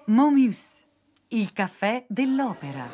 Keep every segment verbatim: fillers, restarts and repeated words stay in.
Momus, il caffè dell'opera.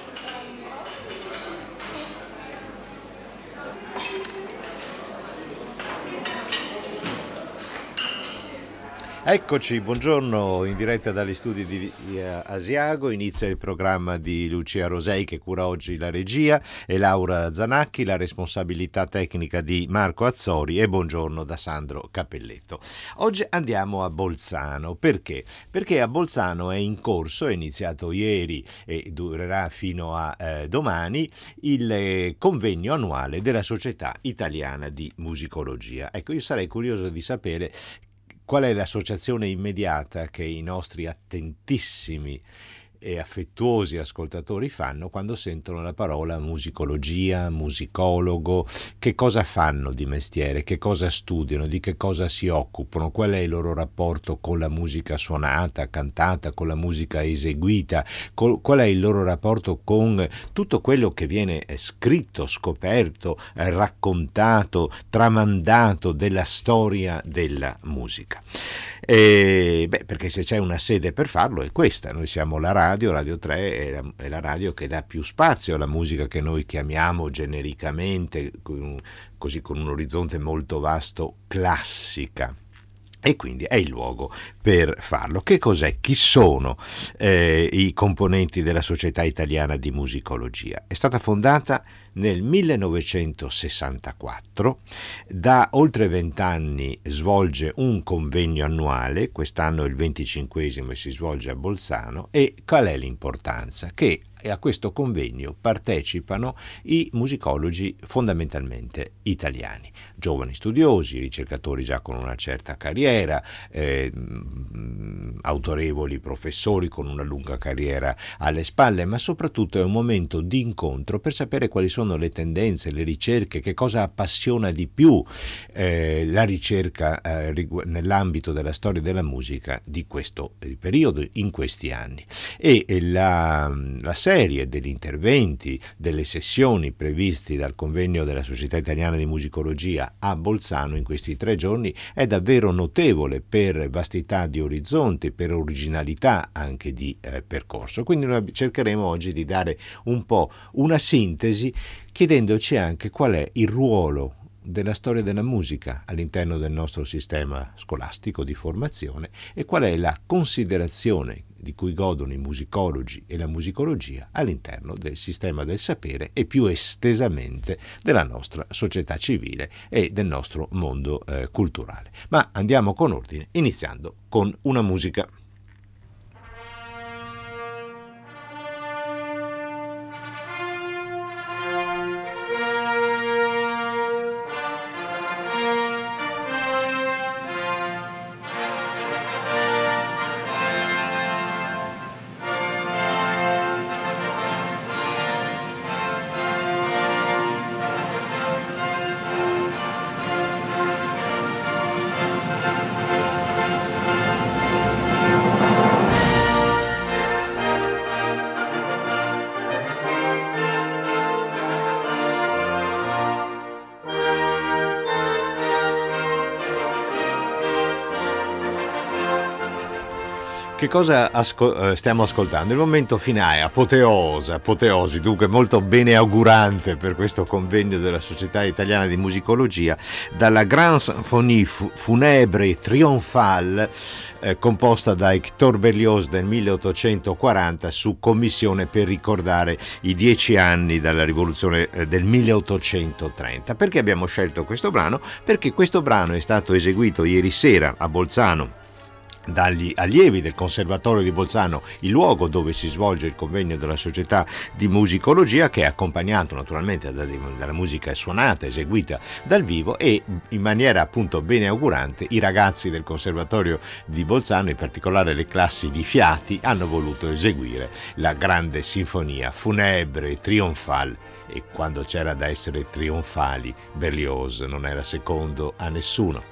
Eccoci, buongiorno, in diretta dagli studi di Asiago. Inizia il programma di Lucia Rosei che cura oggi la regia e Laura Zanacchi, la responsabilità tecnica di Marco Azzori, e buongiorno da Sandro Cappelletto. Oggi andiamo a Bolzano. Perché? Perché a Bolzano è in corso, è iniziato ieri e durerà fino a eh, domani, il eh, convegno annuale della Società Italiana di Musicologia. Ecco, io sarei curioso di sapere qual è l'associazione immediata che i nostri attentissimi e affettuosi ascoltatori fanno quando sentono la parola musicologia, musicologo. Che cosa fanno di mestiere, che cosa studiano, di che cosa si occupano, qual è il loro rapporto con la musica suonata, cantata, con la musica eseguita, col, qual è il loro rapporto con tutto quello che viene scritto, scoperto, raccontato, tramandato della storia della musica. E, beh, perché se c'è una sede per farlo è questa. Noi siamo la radio, Radio tre è la, è la radio che dà più spazio alla musica che noi chiamiamo genericamente, così con un orizzonte molto vasto, classica. E quindi è il luogo per farlo. Che cos'è? Chi sono eh, i componenti della Società Italiana di Musicologia? È stata fondata nel millenovecentosessantaquattro, da oltre vent'anni svolge un convegno annuale, quest'anno il venticinquesimo e si svolge a Bolzano. E qual è l'importanza? Che a questo convegno partecipano i musicologi fondamentalmente italiani, giovani studiosi, ricercatori già con una certa carriera, eh, autorevoli professori con una lunga carriera alle spalle, ma soprattutto è un momento di incontro per sapere quali sono le tendenze, le ricerche, che cosa appassiona di più eh, la ricerca eh, nell'ambito della storia della musica di questo periodo, in questi anni. E la, la serie degli interventi, delle sessioni previsti dal convegno della Società Italiana di Musicologia a Bolzano in questi tre giorni è davvero notevole per vastità di orizzonti, per originalità anche di eh, percorso. Quindi noi cercheremo oggi di dare un po' una sintesi, chiedendoci anche qual è il ruolo della storia della musica all'interno del nostro sistema scolastico di formazione e qual è la considerazione di cui godono i musicologi e la musicologia all'interno del sistema del sapere e più estesamente della nostra società civile e del nostro mondo eh, culturale. Ma andiamo con ordine, iniziando con una musica. Che cosa asco- stiamo ascoltando? Il momento finale, apoteosa, apoteosi, dunque molto beneaugurante per questo convegno della Società Italiana di Musicologia, dalla Grande Symphonie Funèbre Triomphale, eh, composta da Hector Berlioz del milleottocentoquaranta su commissione per ricordare i dieci anni dalla rivoluzione eh, del milleottocentotrenta. Perché abbiamo scelto questo brano? Perché questo brano è stato eseguito ieri sera a Bolzano dagli allievi del Conservatorio di Bolzano, il luogo dove si svolge il convegno della Società di Musicologia, che è accompagnato naturalmente dalla musica suonata, eseguita dal vivo, e in maniera appunto beneaugurante i ragazzi del Conservatorio di Bolzano, in particolare le classi di fiati, hanno voluto eseguire la grande sinfonia Funèbre Triomphale. E quando c'era da essere trionfali, Berlioz non era secondo a nessuno.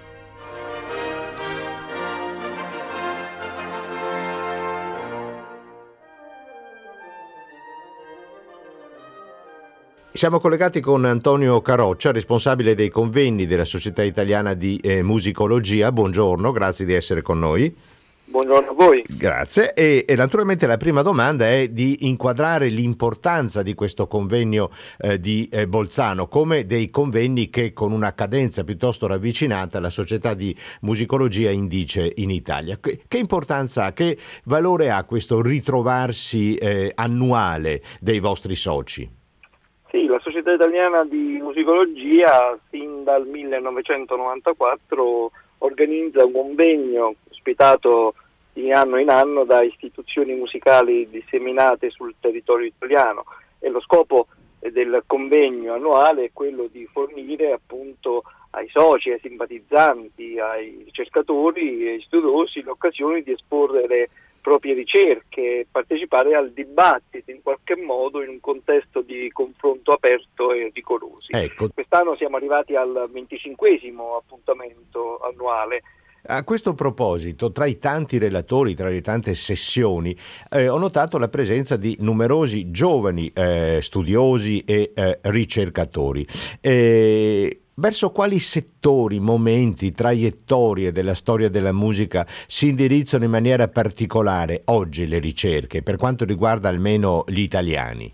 Siamo collegati con Antonio Caroccia, responsabile dei convegni della Società Italiana di eh, Musicologia. Buongiorno, grazie di essere con noi. Buongiorno a voi. Grazie. E, e naturalmente la prima domanda è di inquadrare l'importanza di questo convegno eh, di eh, Bolzano come dei convegni che con una cadenza piuttosto ravvicinata la Società di Musicologia indice in Italia. Che, che importanza ha, che valore ha questo ritrovarsi eh, annuale dei vostri soci? Sì, la Società Italiana di Musicologia sin dal millenovecentonovantaquattro organizza un convegno ospitato di anno in anno da istituzioni musicali disseminate sul territorio italiano, e lo scopo del convegno annuale è quello di fornire appunto ai soci, ai simpatizzanti, ai ricercatori e ai studiosi l'occasione di esporre le proprie ricerche, partecipare al dibattito in qualche modo in un contesto di confronto aperto e rigorosi. Ecco. Quest'anno siamo arrivati al venticinquesimo appuntamento annuale. A questo proposito, tra i tanti relatori, tra le tante sessioni, eh, ho notato la presenza di numerosi giovani eh, studiosi e eh, ricercatori. Eh, Verso quali settori, momenti, traiettorie della storia della musica si indirizzano in maniera particolare oggi le ricerche, per quanto riguarda almeno gli italiani?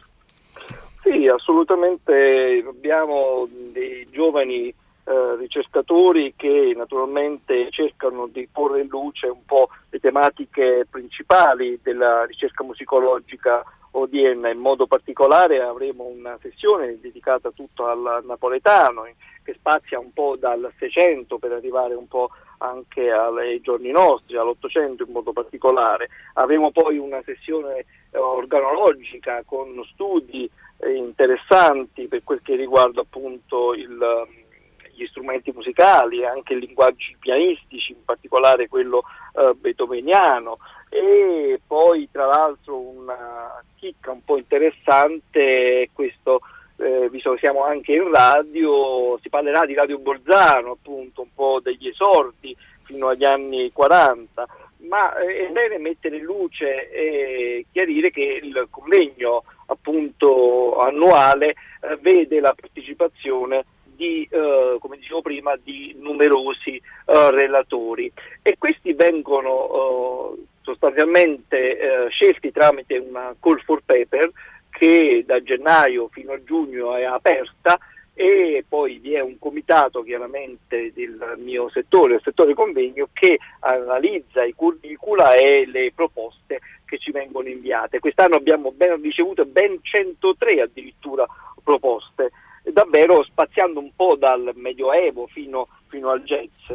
Sì, assolutamente. Abbiamo dei giovani eh, ricercatori che naturalmente cercano di porre in luce un po' le tematiche principali della ricerca musicologica odierna. In modo particolare avremo una sessione dedicata tutta al napoletano, che spazia un po' dal Seicento per arrivare un po' anche ai giorni nostri, all'Ottocento in modo particolare. Avremo poi una sessione eh, organologica con studi eh, interessanti per quel che riguarda appunto il, gli strumenti musicali, anche i linguaggi pianistici, in particolare quello eh, beethoveniano. E poi tra l'altro una chicca un po' interessante è questo. Eh, visto che siamo anche in radio, si parlerà di Radio Bolzano, appunto un po' degli esordi fino agli anni quaranta, ma eh, è bene mettere in luce e chiarire che il convegno appunto annuale eh, vede la partecipazione di, eh, come dicevo prima, di numerosi eh, relatori, e questi vengono eh, sostanzialmente eh, scelti tramite una call for paper che da gennaio fino a giugno è aperta, e poi vi è un comitato chiaramente del mio settore, il settore convegno, che analizza i curricula e le proposte che ci vengono inviate. Quest'anno abbiamo ben ricevuto ben centotré addirittura proposte, davvero spaziando un po' dal medioevo fino, fino al jazz.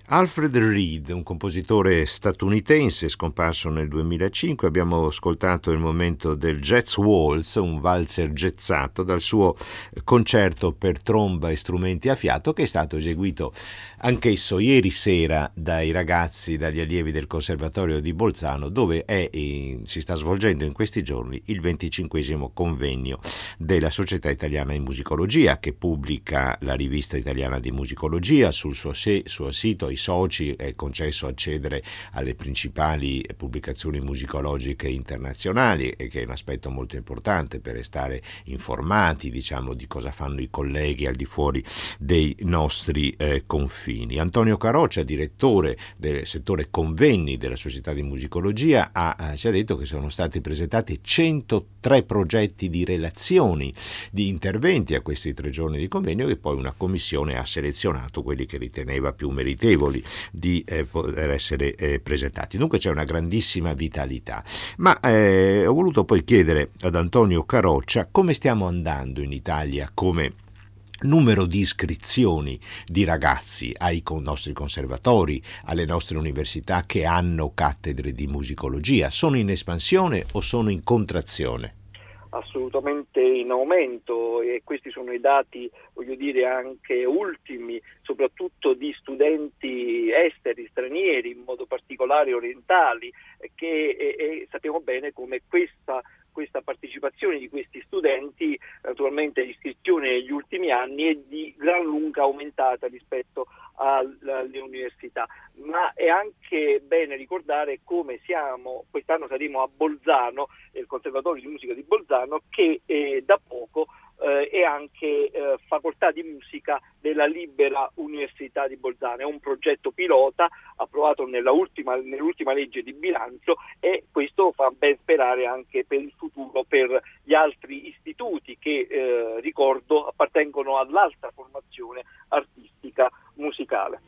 Alfred Reed, un compositore statunitense scomparso nel duemilacinque, abbiamo ascoltato il momento del Jazz Waltz, un valzer jazzato dal suo concerto per tromba e strumenti a fiato che è stato eseguito anch'esso ieri sera dai ragazzi, dagli allievi del Conservatorio di Bolzano, dove è, eh, si sta svolgendo in questi giorni il venticinquesimo convegno della Società Italiana di Musicologia, che pubblica la rivista italiana di musicologia sul suo, se, suo sito. Ai soci è concesso accedere alle principali pubblicazioni musicologiche internazionali, e che è un aspetto molto importante per restare informati, diciamo, di cosa fanno i colleghi al di fuori dei nostri eh, confini. Antonio Caroccia, direttore del settore convegni della Società di Musicologia, ha, eh, ci ha detto che sono stati presentati centotré progetti di relazioni, di interventi a questi tre giorni di convegno, e poi una commissione ha selezionato quelli che riteneva più meritevoli di eh, poter essere eh, presentati. Dunque c'è una grandissima vitalità. Ma eh, ho voluto poi chiedere ad Antonio Caroccia come stiamo andando in Italia come numero di iscrizioni di ragazzi ai nostri conservatori, alle nostre università che hanno cattedre di musicologia. Sono in espansione o sono in contrazione? Assolutamente in aumento, e questi sono i dati, voglio dire, anche ultimi, soprattutto di studenti esteri, stranieri, in modo particolare orientali, che e, e sappiamo bene come questa questa partecipazione di questi studenti, naturalmente l'iscrizione negli ultimi anni è di gran lunga aumentata rispetto alle università, ma è anche bene ricordare come siamo, quest'anno saremo a Bolzano, il Conservatorio di Musica di Bolzano, che eh, da poco eh, è anche eh, facoltà di musica della Libera Università di Bolzano. È un progetto pilota approvato nella ultima, nell'ultima legge di bilancio, e questo fa ben sperare anche per il futuro per gli altri istituti che, eh, ricordo, appartengono all'alta formazione artistica musicale.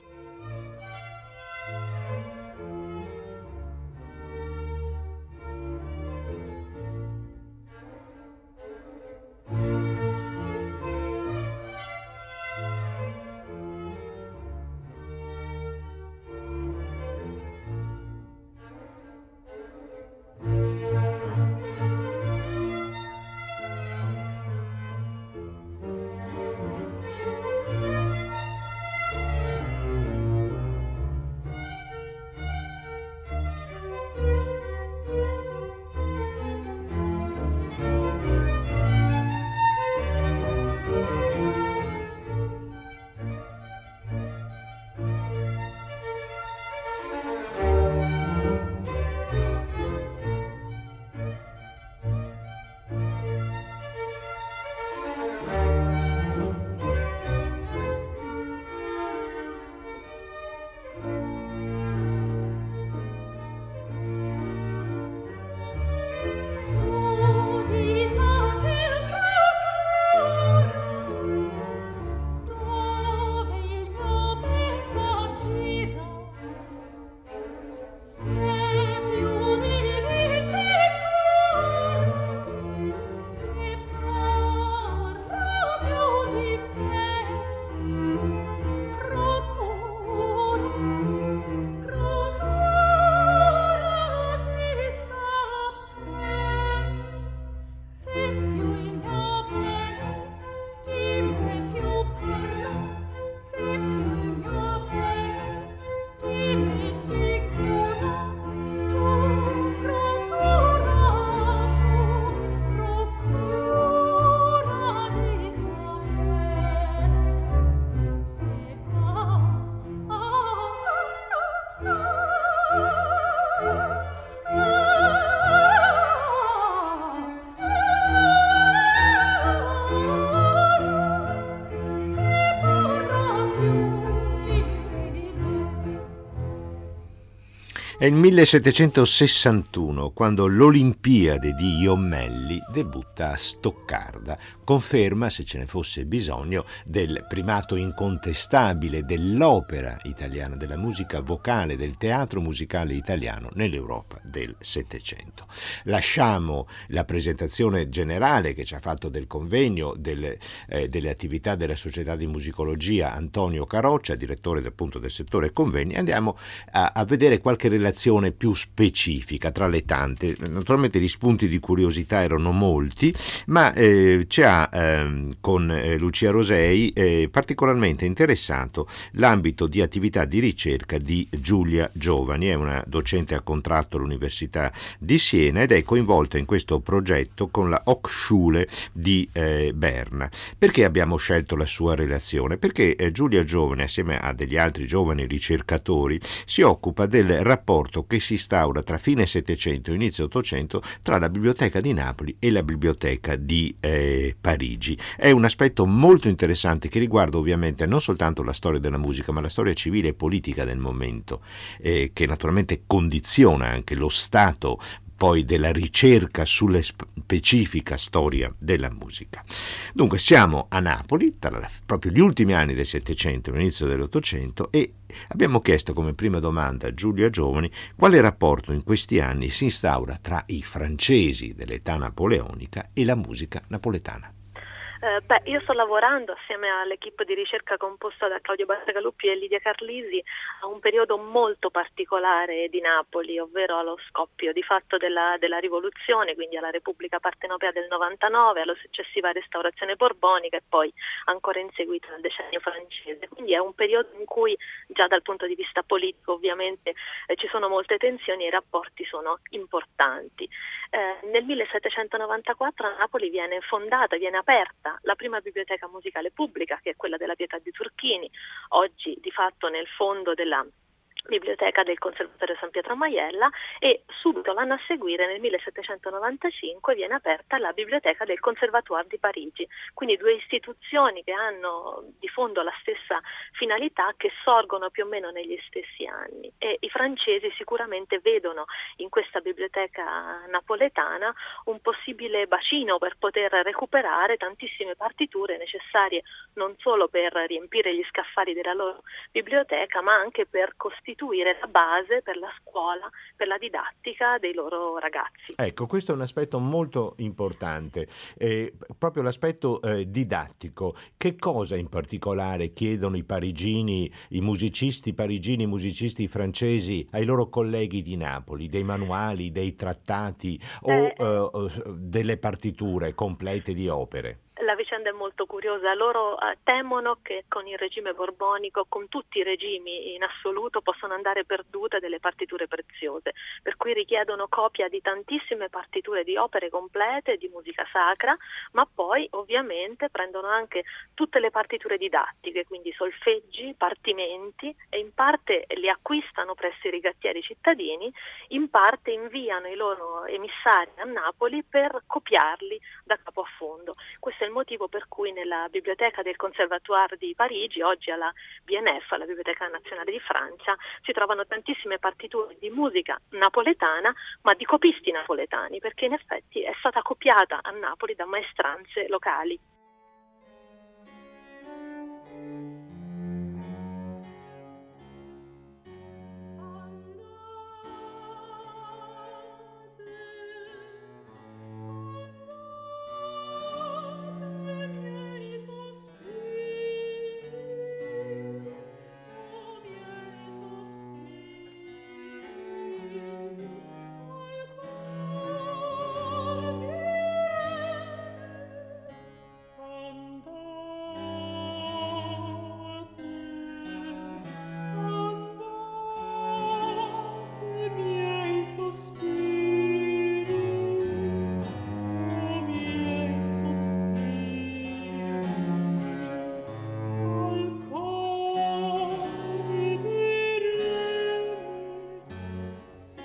È il millesettecentosessantuno quando l'Olimpiade di Jommelli debutta a Stoccarda, conferma, se ce ne fosse bisogno, del primato incontestabile dell'opera italiana, della musica vocale, del teatro musicale italiano nell'Europa del Settecento. Lasciamo la presentazione generale che ci ha fatto del convegno delle, eh, delle attività della Società di Musicologia Antonio Caroccia, direttore appunto del settore convegni, andiamo a, a vedere qualche relazione più specifica tra le tante. Naturalmente gli spunti di curiosità erano molti, ma eh, ci ha eh, con eh, Lucia Rosei eh, particolarmente interessato l'ambito di attività di ricerca di Giulia Giovani. È una docente a contratto all'Università di Siena ed è coinvolta in questo progetto con la Hochschule di eh, Berna. Perché abbiamo scelto la sua relazione? Perché eh, Giulia Giovani, assieme a degli altri giovani ricercatori, si occupa del rapporto che si instaura tra fine Settecento e inizio Ottocento tra la Biblioteca di Napoli e la Biblioteca di eh, Parigi. È un aspetto molto interessante che riguarda ovviamente non soltanto la storia della musica, ma la storia civile e politica del momento, eh, che naturalmente condiziona anche lo stato poi della ricerca sulla specifica storia della musica. Dunque siamo a Napoli, tra proprio gli ultimi anni del Settecento e l'inizio dell'Ottocento, e abbiamo chiesto come prima domanda a Giulia Giovani quale rapporto in questi anni si instaura tra i francesi dell'età napoleonica e la musica napoletana. Eh, beh, io sto lavorando assieme all'equipe di ricerca composta da Claudio Battagaluppi e Lidia Carlisi a un periodo molto particolare di Napoli, ovvero allo scoppio di fatto della, della rivoluzione, quindi alla Repubblica Partenopea del novantanove, alla successiva restaurazione borbonica e poi ancora in seguito al decennio francese. Quindi è un periodo in cui già dal punto di vista politico ovviamente eh, ci sono molte tensioni e i rapporti sono importanti. Eh, nel millesettecentonovantaquattro a Napoli viene fondata, viene aperta la prima biblioteca musicale pubblica, che è quella della Pietà di Turchini, oggi di fatto nel fondo della biblioteca del Conservatorio San Pietro a Maiella, e subito l'anno a seguire nel millesettecentonovantacinque viene aperta la biblioteca del Conservatoire di Parigi, quindi due istituzioni che hanno di fondo la stessa finalità, che sorgono più o meno negli stessi anni, e i francesi sicuramente vedono in questa biblioteca napoletana un possibile bacino per poter recuperare tantissime partiture necessarie non solo per riempire gli scaffali della loro biblioteca, ma anche per costituire la base per la scuola, per la didattica dei loro ragazzi. Ecco, questo è un aspetto molto importante, eh, proprio l'aspetto eh, didattico. Che cosa in particolare chiedono i parigini, i musicisti parigini, i musicisti francesi ai loro colleghi di Napoli? Dei manuali, dei trattati o eh, eh, delle partiture complete di opere? La vicenda è molto curiosa. Loro eh, temono che con il regime borbonico, con tutti i regimi in assoluto, possano andare perdute delle partiture preziose, per cui richiedono copia di tantissime partiture di opere complete di musica sacra, ma poi ovviamente prendono anche tutte le partiture didattiche, quindi solfeggi, partimenti, e in parte li acquistano presso i rigattieri cittadini, in parte inviano i loro emissari a Napoli per copiarli da capo a fondo. Questo è il motivo per cui nella biblioteca del Conservatoire di Parigi, oggi alla B N F, alla Biblioteca Nazionale di Francia, si trovano tantissime partiture di musica napoletana, ma di copisti napoletani, perché in effetti è stata copiata a Napoli da maestranze locali.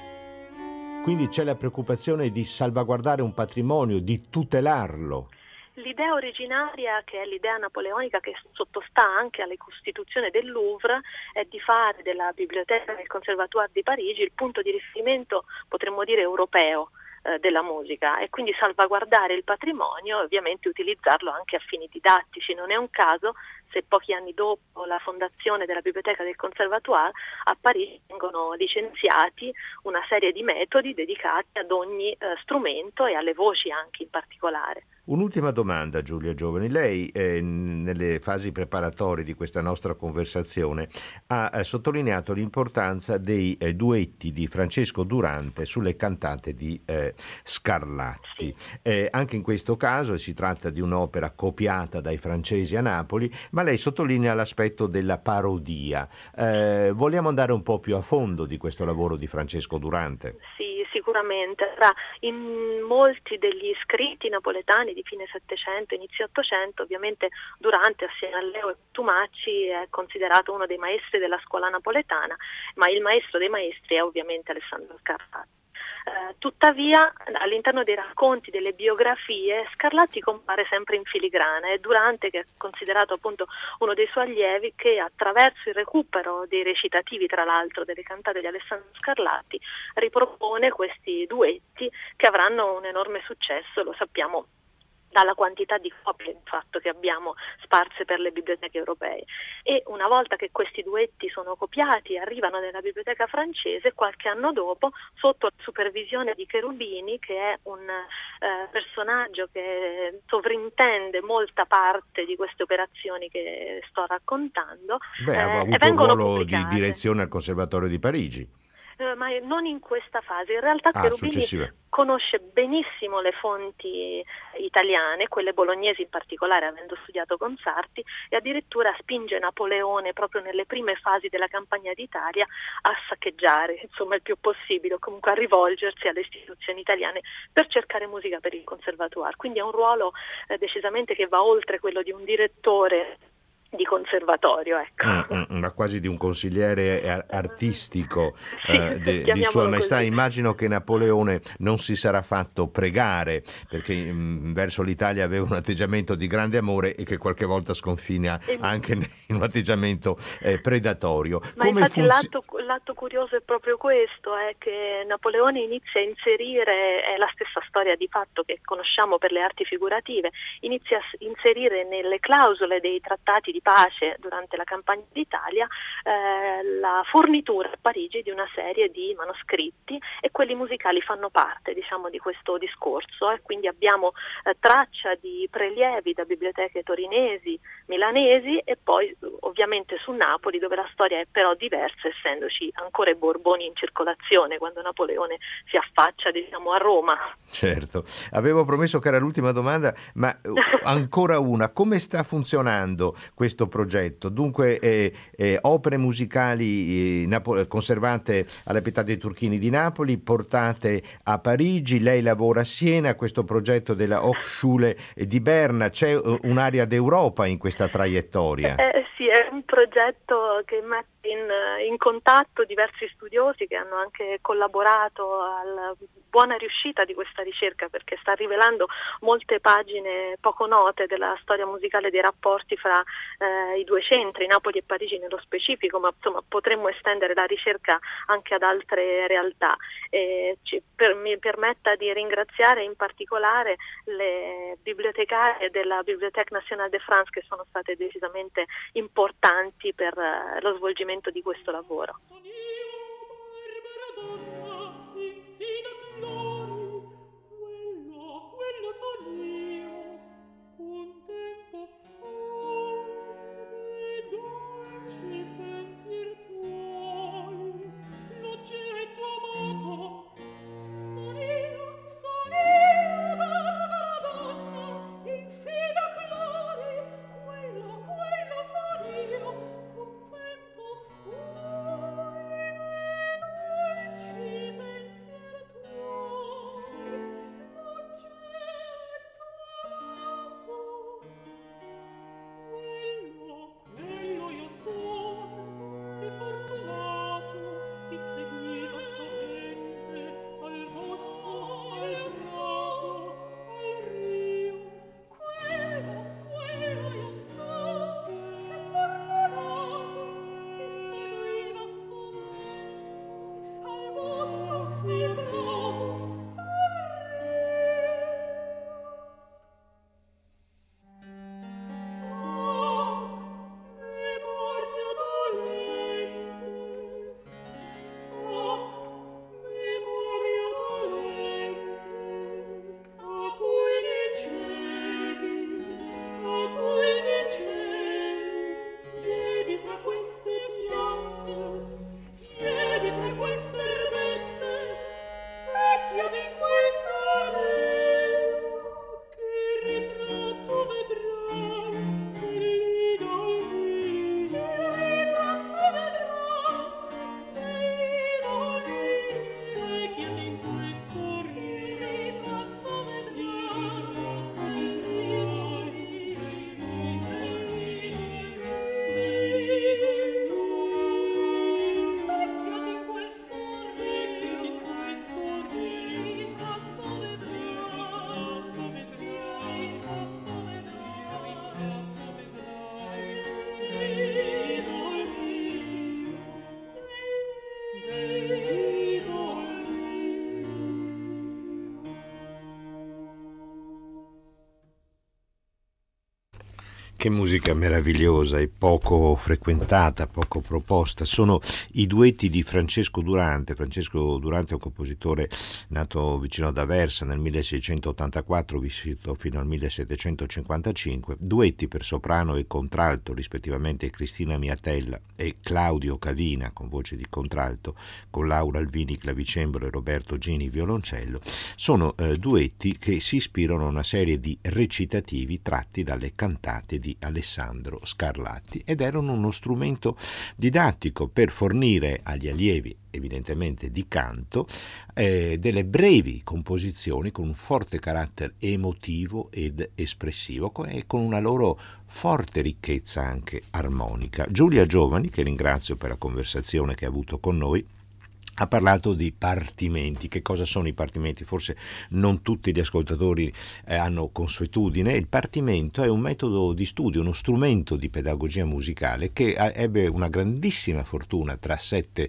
Quindi c'è la preoccupazione di salvaguardare un patrimonio, di tutelarlo. L'idea originaria, che è l'idea napoleonica che sottostà anche alla costituzione del Louvre, è di fare della biblioteca del Conservatoire di Parigi il punto di riferimento, potremmo dire, europeo eh, della musica, e quindi salvaguardare il patrimonio e ovviamente utilizzarlo anche a fini didattici. Non è un caso se pochi anni dopo la fondazione della biblioteca del Conservatoire a Parigi vengono licenziati una serie di metodi dedicati ad ogni eh, strumento e alle voci anche in particolare. Un'ultima domanda, Giulia Giovani. Lei eh, nelle fasi preparatorie di questa nostra conversazione ha eh, sottolineato l'importanza dei eh, duetti di Francesco Durante sulle cantate di eh, Scarlatti. Sì. Eh, anche in questo caso si tratta di un'opera copiata dai francesi a Napoli, ma lei sottolinea l'aspetto della parodia. Eh, vogliamo andare un po' più a fondo di questo lavoro di Francesco Durante? Sì, sicuramente. In molti degli scritti napoletani di fine Settecento, inizio Ottocento, ovviamente Durante assieme a Leo e Tumacci è considerato uno dei maestri della scuola napoletana, ma il maestro dei maestri è ovviamente Alessandro Scarlatti. Uh, tuttavia all'interno dei racconti, delle biografie, Scarlatti compare sempre in filigrana. È Durante, che è considerato appunto uno dei suoi allievi, che attraverso il recupero dei recitativi, tra l'altro delle cantate di Alessandro Scarlatti, ripropone questi duetti che avranno un enorme successo, lo sappiamo dalla quantità di copie di fatto che abbiamo sparse per le biblioteche europee. E una volta che questi duetti sono copiati e arrivano nella biblioteca francese, qualche anno dopo, sotto la supervisione di Cherubini, che è un eh, personaggio che sovrintende molta parte di queste operazioni che sto raccontando, Beh, eh, ha avuto e un vengono ruolo pubblicate. di direzione al Conservatorio di Parigi. Eh, ma non in questa fase. In realtà Ah, Cherubini successiva. conosce benissimo le fonti italiane, quelle bolognesi in particolare, avendo studiato con Sarti, e addirittura spinge Napoleone proprio nelle prime fasi della campagna d'Italia a saccheggiare, insomma, il più possibile, o comunque a rivolgersi alle istituzioni italiane per cercare musica per il Conservatoire. Quindi è un ruolo eh, decisamente che va oltre quello di un direttore di conservatorio, ecco. Mm, mm, ma quasi di un consigliere ar- artistico Sì, eh, de- di chiamiamolo Sua Maestà. così. Immagino che Napoleone non si sarà fatto pregare, perché mm, verso l'Italia aveva un atteggiamento di grande amore e che qualche volta sconfina E- anche in un atteggiamento eh, predatorio. Ma Come infatti funzi- l'atto, l'atto curioso è proprio questo, è che Napoleone inizia a inserire, è la stessa storia di fatto che conosciamo per le arti figurative, inizia a s- inserire nelle clausole dei trattati di pace durante la campagna d'Italia eh, la fornitura a Parigi di una serie di manoscritti, e quelli musicali fanno parte, diciamo, di questo discorso, e quindi abbiamo eh, traccia di prelievi da biblioteche torinesi, milanesi, e poi ovviamente su Napoli, dove la storia è però diversa, essendoci ancora i Borboni in circolazione quando Napoleone si affaccia, diciamo, a Roma. Certo, avevo promesso che era l'ultima domanda, ma uh, ancora una. Come sta funzionando questo progetto? Dunque, eh, eh, opere musicali eh, napo- conservate alla Pietà dei Turchini di Napoli, portate a Parigi, lei lavora a Siena, questo progetto della Hochschule di Berna, c'è uh, un'area d'Europa in questa traiettoria? Eh, sì, è un progetto che mette in, in contatto diversi studiosi che hanno anche collaborato alla buona riuscita di questa ricerca, perché sta rivelando molte pagine poco note della storia musicale, dei rapporti fra eh, i due centri, Napoli e Parigi nello specifico, ma insomma potremmo estendere la ricerca anche ad altre realtà. E ci, per, mi permetta di ringraziare in particolare le bibliotecarie della Bibliothèque Nationale de France, che sono state decisamente importanti per uh, lo svolgimento di questo lavoro. Che musica meravigliosa e poco frequentata, poco proposta. Sono i duetti di Francesco Durante. Francesco Durante è un compositore nato vicino ad Aversa nel milleseicentottantaquattro, vissuto fino al millesettecentocinquantacinque. Duetti per soprano e contralto, rispettivamente Cristina Miatella e Claudio Cavina, con voce di contralto, con Laura Alvini clavicembalo e Roberto Gini violoncello. Sono eh, duetti che si ispirano a una serie di recitativi tratti dalle cantate di Alessandro Scarlatti ed erano uno strumento didattico per fornire agli allievi, evidentemente di canto, eh, delle brevi composizioni con un forte carattere emotivo ed espressivo e con una loro forte ricchezza anche armonica. Giulia Giovani, che ringrazio per la conversazione che ha avuto con noi, ha parlato di partimenti. Che cosa sono i partimenti? Forse non tutti gli ascoltatori eh, hanno consuetudine. Il partimento è un metodo di studio, uno strumento di pedagogia musicale che ebbe una grandissima fortuna tra sette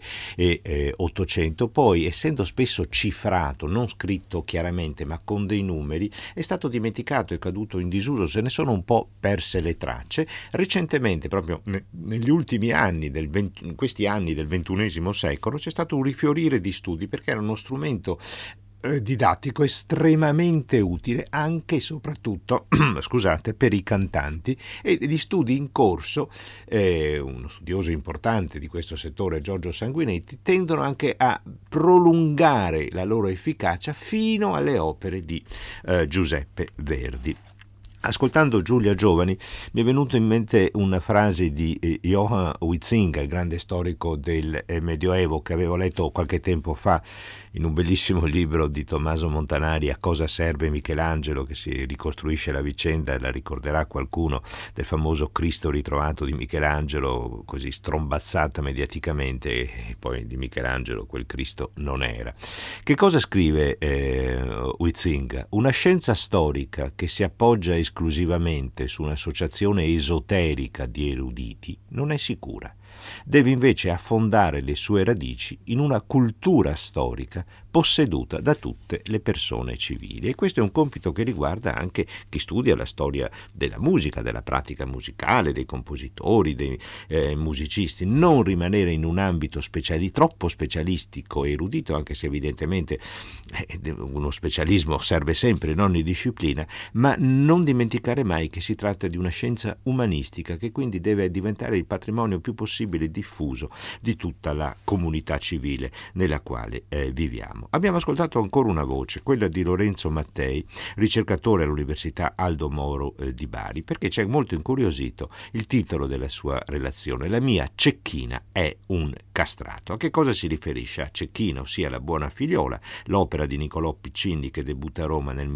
e ottocento, poi essendo spesso cifrato, non scritto chiaramente ma con dei numeri, è stato dimenticato, è caduto in disuso, se ne sono un po' perse le tracce. Recentemente, proprio ne, negli ultimi anni, del venti, in questi anni del ventunesimo secolo, c'è stato un fiorire di studi perché era uno strumento eh, didattico estremamente utile anche e soprattutto scusate per i cantanti, e gli studi in corso, eh, uno studioso importante di questo settore, Giorgio Sanguinetti, tendono anche a prolungare la loro efficacia fino alle opere di eh, Giuseppe Verdi. Ascoltando Giulia Giovani mi è venuto in mente una frase di eh, Johann Huizinga, il grande storico del eh, Medioevo, che avevo letto qualche tempo fa in un bellissimo libro di Tommaso Montanari, A cosa serve Michelangelo, che si ricostruisce la vicenda, la ricorderà qualcuno, del famoso Cristo ritrovato di Michelangelo, così strombazzata mediaticamente, e poi di Michelangelo quel Cristo non era. Che cosa scrive eh, Huizinga? Una scienza storica che si appoggia esclusivamente su un'associazione esoterica di eruditi non è sicura. Deve invece affondare le sue radici in una cultura storica posseduta da tutte le persone civili, e questo è un compito che riguarda anche chi studia la storia della musica, della pratica musicale, dei compositori, dei eh, musicisti. Non rimanere in un ambito speciali, troppo specialistico e erudito, anche se evidentemente eh, uno specialismo serve sempre in ogni disciplina, ma non dimenticare mai che si tratta di una scienza umanistica che quindi deve diventare il patrimonio più possibile diffuso di tutta la comunità civile nella quale eh, viviamo. Abbiamo ascoltato ancora una voce, quella di Lorenzo Mattei, ricercatore all'Università Aldo Moro eh, di Bari, perché c'è molto incuriosito il titolo della sua relazione: La mia Cecchina è un castrato. A che cosa si riferisce? A Cecchina, ossia La buona figliola, l'opera di Niccolò Piccinni che debutta a Roma nel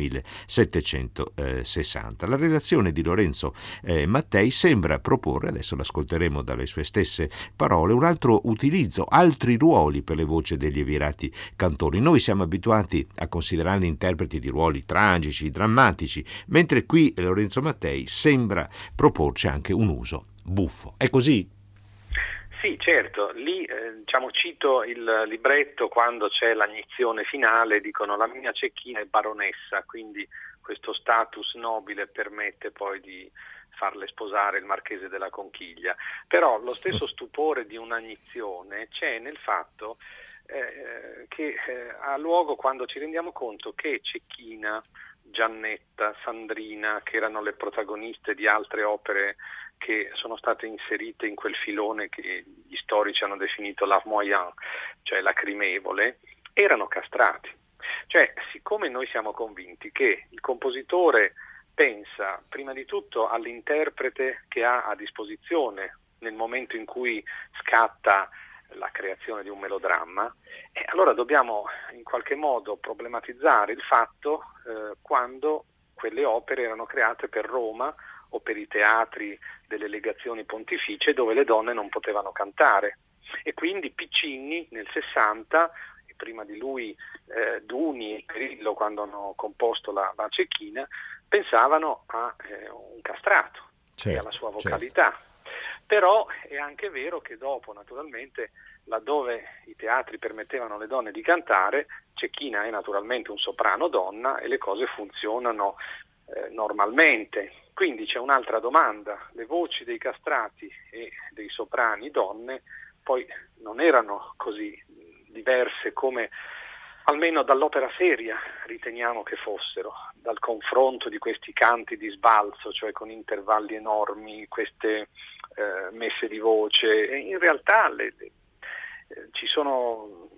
millesettecentosessanta. La relazione di Lorenzo eh, Mattei sembra proporre, adesso l'ascolteremo dalle sue stesse parole, un altro utilizzo, altri ruoli per le voci degli Evirati cantori. Noi siamo abituati a considerarli interpreti di ruoli tragici, drammatici, mentre qui Lorenzo Mattei sembra proporci anche un uso buffo. È così? Sì, certo. Lì eh, diciamo, cito il libretto quando c'è l'agnizione finale, dicono la mia Cecchina è baronessa, quindi questo status nobile permette poi di farle sposare il marchese della Conchiglia. Però lo stesso stupore di un'agnizione c'è nel fatto eh, che eh, ha luogo quando ci rendiamo conto che Cecchina, Giannetta, Sandrina, che erano le protagoniste di altre opere che sono state inserite in quel filone che gli storici hanno definito l'armoyant, cioè lacrimevole, erano castrati. Cioè, siccome noi siamo convinti che il compositore pensa prima di tutto all'interprete che ha a disposizione nel momento in cui scatta la creazione di un melodramma, e allora dobbiamo in qualche modo problematizzare il fatto eh, quando quelle opere erano create per Roma o per i teatri delle legazioni pontificie dove le donne non potevano cantare, e quindi Piccinni nel sessanta, e prima di lui eh, Duni e Perillo quando hanno composto la, la Cecchina, pensavano a eh, un castrato, certo, e alla sua vocalità. Certo. Però è anche vero che dopo, naturalmente, laddove i teatri permettevano alle donne di cantare, Cecchina è naturalmente un soprano donna e le cose funzionano eh, normalmente. Quindi c'è un'altra domanda: le voci dei castrati e dei soprani donne poi non erano così diverse come almeno dall'opera seria riteniamo che fossero, dal confronto di questi canti di sbalzo, cioè con intervalli enormi, queste eh, messe di voce. E in realtà le, le, eh, ci sono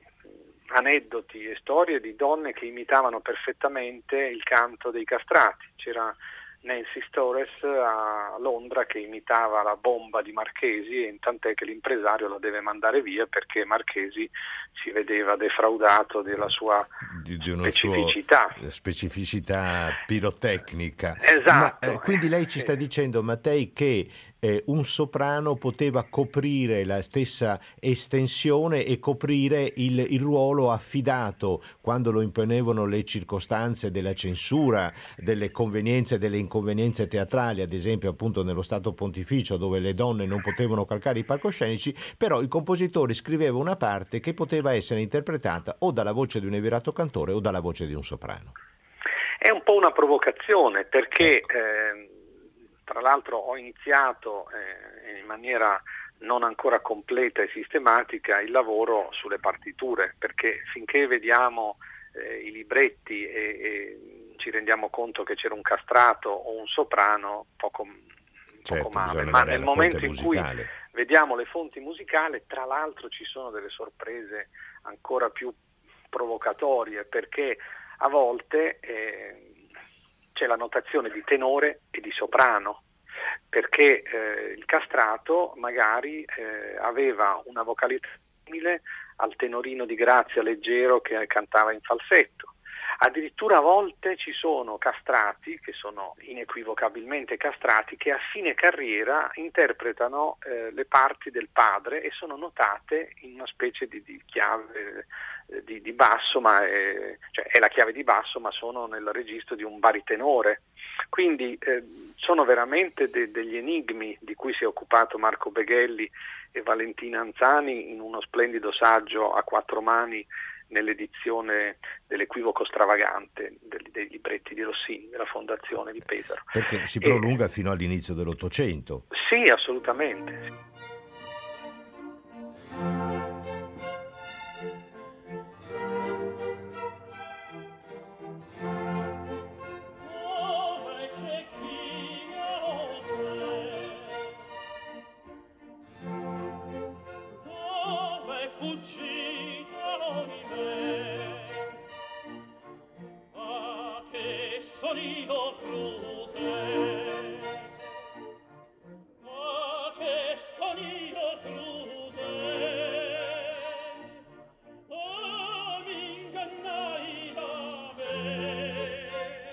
aneddoti e storie di donne che imitavano perfettamente il canto dei castrati. C'era Nancy Stores a Londra che imitava la bomba di Marchesi, e tant'è che l'impresario la deve mandare via perché Marchesi si vedeva defraudato della sua di, di una specificità. Sua specificità pirotecnica. Esatto. Ma, eh, quindi lei ci sta dicendo, Mattei, che eh, un soprano poteva coprire la stessa estensione e coprire il, il ruolo affidato quando lo imponevano le circostanze della censura, delle convenienze e delle inconvenienze teatrali, ad esempio appunto nello Stato Pontificio dove le donne non potevano calcare i palcoscenici, però il compositore scriveva una parte che poteva essere interpretata o dalla voce di un evirato cantore o dalla voce di un soprano. È un po' una provocazione perché Ecco. eh, tra l'altro ho iniziato eh, in maniera non ancora completa e sistematica il lavoro sulle partiture, perché finché vediamo eh, i libretti e, e ci rendiamo conto che c'era un castrato o un soprano, poco, Certo, poco male, bisogna ma andare nel alla momento fonte in cui musicale. vediamo le fonti musicali, tra l'altro ci sono delle sorprese ancora più provocatorie, perché a volte eh, c'è la notazione di tenore e di soprano, perché eh, il castrato magari eh, aveva una vocalità simile al tenorino di Grazia Leggero che cantava in falsetto. Addirittura a volte ci sono castrati, che sono inequivocabilmente castrati, che a fine carriera interpretano eh, le parti del padre e sono notate in una specie di, di chiave eh, di, di basso, ma è, cioè è la chiave di basso, ma sono nel registro di un baritenore. Quindi eh, sono veramente de- degli enigmi di cui si è occupato Marco Beghelli e Valentina Anzani in uno splendido saggio a quattro mani nell'edizione dell'Equivoco stravagante dei, dei libretti di Rossini, della Fondazione di Pesaro. Perché si E, prolunga fino all'inizio dell'Ottocento. Sì, assolutamente. Sonino crude, ma che sonino crude, oh, mi ingannai da me,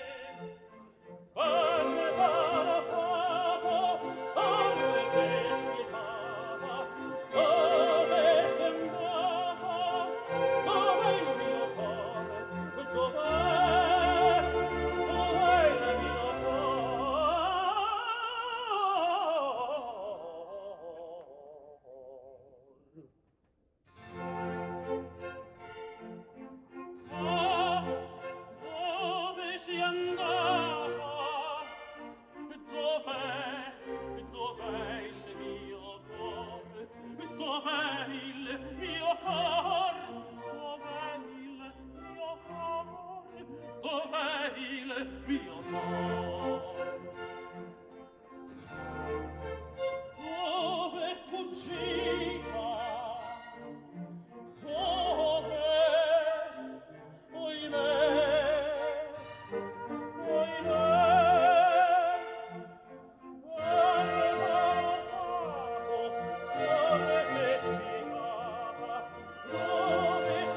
quando era fato sangue che spietava, dove sei andata, dove il mio cuore, dov'è?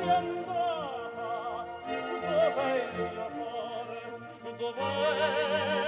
Dov'è?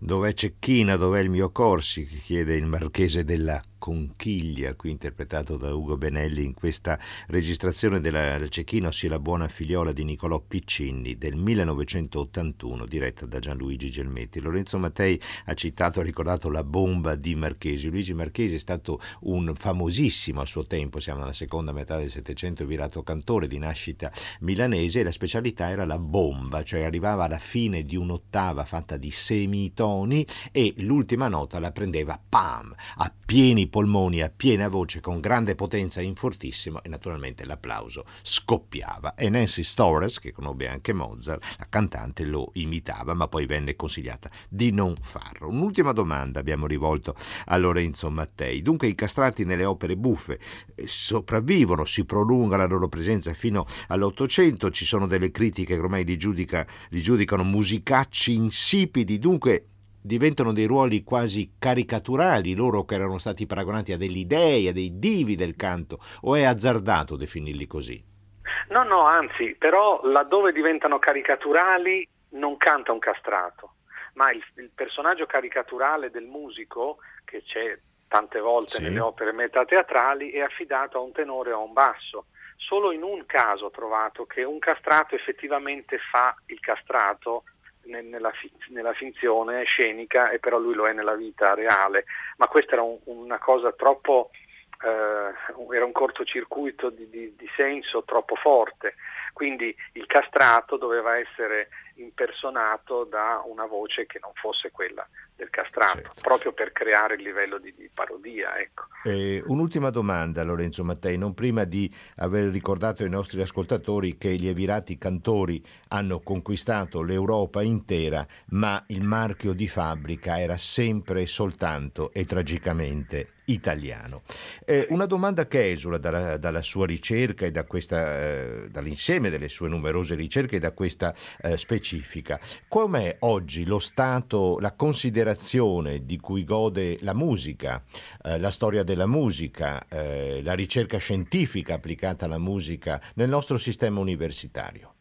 Dov'è Cecchina, dov'è il mio Corsi? Chiede il Marchese della Conchiglia, qui interpretato da Ugo Benelli in questa registrazione della Cecchina, ossia La buona figliola di Niccolò Piccinni del millenovecentottantuno, diretta da Gianluigi Gelmetti. Lorenzo Mattei ha citato, ha ricordato la bomba di Marchesi. Luigi Marchesi è stato un famosissimo a suo tempo, siamo nella seconda metà del Settecento, virato cantore di nascita milanese, e la specialità era la bomba, cioè arrivava alla fine di un'ottava fatta di semitoni e l'ultima nota la prendeva pam, a pieni polmoni, a piena voce, con grande potenza in fortissimo, e naturalmente l'applauso scoppiava. E Nancy Storrs, che conobbe anche Mozart, la cantante, lo imitava, ma poi venne consigliata di non farlo. Un'ultima domanda abbiamo rivolto a Lorenzo Mattei. Dunque i castrati nelle opere buffe sopravvivono, si prolunga la loro presenza fino all'Ottocento, ci sono delle critiche che ormai li, giudica, li giudicano musicacci insipidi, dunque diventano dei ruoli quasi caricaturali, loro che erano stati paragonati a degli dei, a dei divi del canto, o è azzardato definirli così? No, no, anzi, però laddove diventano caricaturali non canta un castrato, ma il, il personaggio caricaturale del musico, che c'è tante volte sì. nelle opere metateatrali, è affidato a un tenore o a un basso. Solo in un caso ho trovato che un castrato effettivamente fa il castrato Nella, nella finzione scenica, e però lui lo è nella vita reale, ma questa era un, una cosa troppo eh, era un cortocircuito di, di, di senso troppo forte, quindi il castrato doveva essere impersonato da una voce che non fosse quella del castrato, certo. proprio per creare il livello di, di parodia, ecco. Eh, un'ultima domanda, Lorenzo Mattei, non prima di aver ricordato ai nostri ascoltatori che gli Evirati cantori hanno conquistato l'Europa intera, ma il marchio di fabbrica era sempre e soltanto e tragicamente italiano. Eh, una domanda che esula dalla, dalla sua ricerca e da questa, eh, dall'insieme delle sue numerose ricerche e da questa eh, specifica. Com'è oggi lo stato, la considerazione di cui gode la musica, eh, la storia della musica, eh, la ricerca scientifica applicata alla musica nel nostro sistema universitario?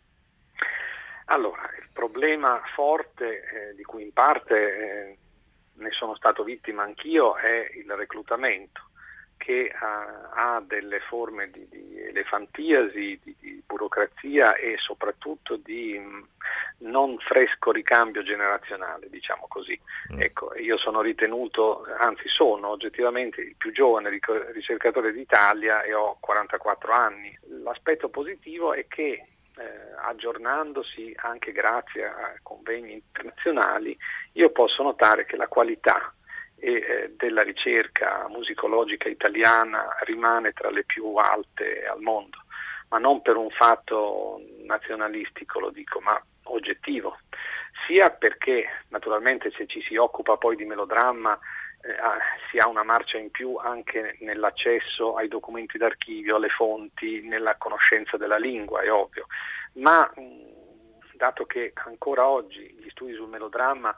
Allora, il problema forte, eh, di cui in parte eh, ne sono stato vittima anch'io, è il reclutamento, che ha, ha delle forme di, di elefantiasi, di, di burocrazia e soprattutto di mh, non fresco ricambio generazionale, diciamo così. Mm. Ecco, io sono ritenuto, anzi sono oggettivamente il più giovane ricercatore d'Italia e ho quarantaquattro anni. L'aspetto positivo è che Eh, aggiornandosi anche grazie a convegni internazionali, io posso notare che la qualità e, eh, della ricerca musicologica italiana rimane tra le più alte al mondo, ma non per un fatto nazionalistico, lo dico, ma oggettivo, sia perché naturalmente se ci si occupa poi di melodramma Eh, si ha una marcia in più anche nell'accesso ai documenti d'archivio, alle fonti, nella conoscenza della lingua, è ovvio, ma mh, dato che ancora oggi gli studi sul melodramma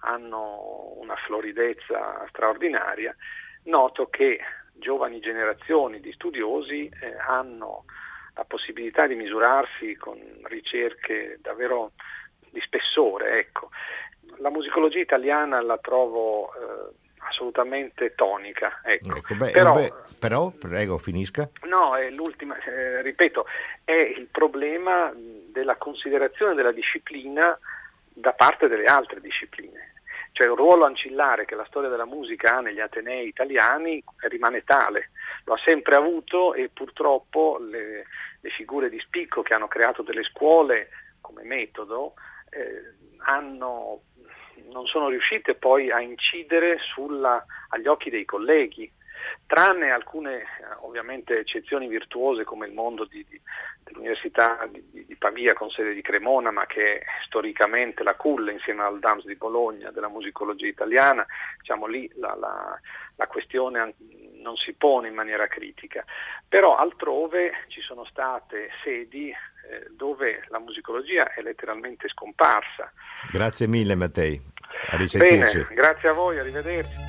hanno una floridezza straordinaria, noto che giovani generazioni di studiosi eh, hanno la possibilità di misurarsi con ricerche davvero di spessore, ecco. La musicologia italiana la trovo eh, assolutamente tonica, ecco. Ecco, beh, però, beh, però, prego, finisca. No, è l'ultima, eh, ripeto, è il problema della considerazione della disciplina da parte delle altre discipline. Cioè il ruolo ancillare che la storia della musica ha negli atenei italiani rimane tale, lo ha sempre avuto, e purtroppo le, le figure di spicco che hanno creato delle scuole come metodo eh, hanno non sono riuscite poi a incidere sulla, agli occhi dei colleghi, tranne alcune ovviamente eccezioni virtuose come il mondo di, di, dell'Università di, di Pavia con sede di Cremona, ma che è storicamente la culla insieme al D A M S di Bologna della musicologia italiana. Diciamo lì la, la, la questione non si pone in maniera critica, però altrove ci sono state sedi eh, dove la musicologia è letteralmente scomparsa. Grazie mille Mattei, a risentirci. Bene, grazie a voi, arrivederci.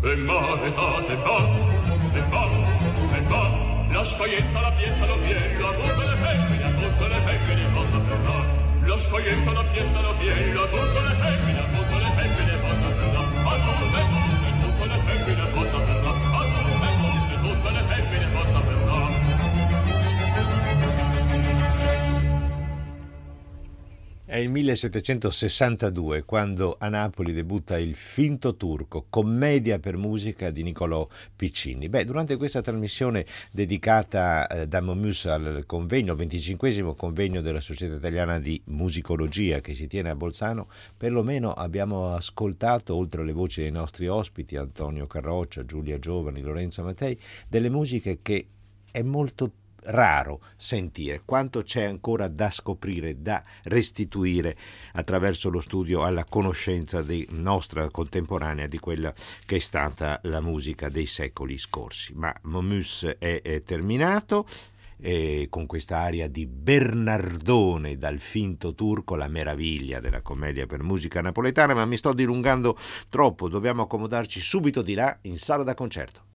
E va, e va, e va, e va, e va. La scoienza, la fiesta, lo piello, a tutte le femmine, a tutte le femmine, cosa verrà. La scoienza, la fiesta, lo piello, a tutte le femmine, a tutte le femmine, cosa verrà. A tutte, tutte, tutte le femmine, cosa verrà. A tutte, tutte, tutte le femmine, cosa verrà. È il millesettecentosessantadue quando a Napoli debutta Il Finto Turco, commedia per musica di Niccolò Piccinni. Beh, durante questa trasmissione dedicata eh, da Momus al convegno, venticinquesimo convegno della Società Italiana di Musicologia che si tiene a Bolzano, perlomeno abbiamo ascoltato, oltre alle voci dei nostri ospiti, Antonio Carroccia, Giulia Giovani, Lorenzo Mattei, delle musiche che è molto raro sentire, quanto c'è ancora da scoprire, da restituire attraverso lo studio alla conoscenza di nostra contemporanea di quella che è stata la musica dei secoli scorsi. Ma Momus è, è terminato e con questa aria di Bernardone dal Finto Turco, la meraviglia della commedia per musica napoletana, ma mi sto dilungando troppo, dobbiamo accomodarci subito di là in sala da concerto.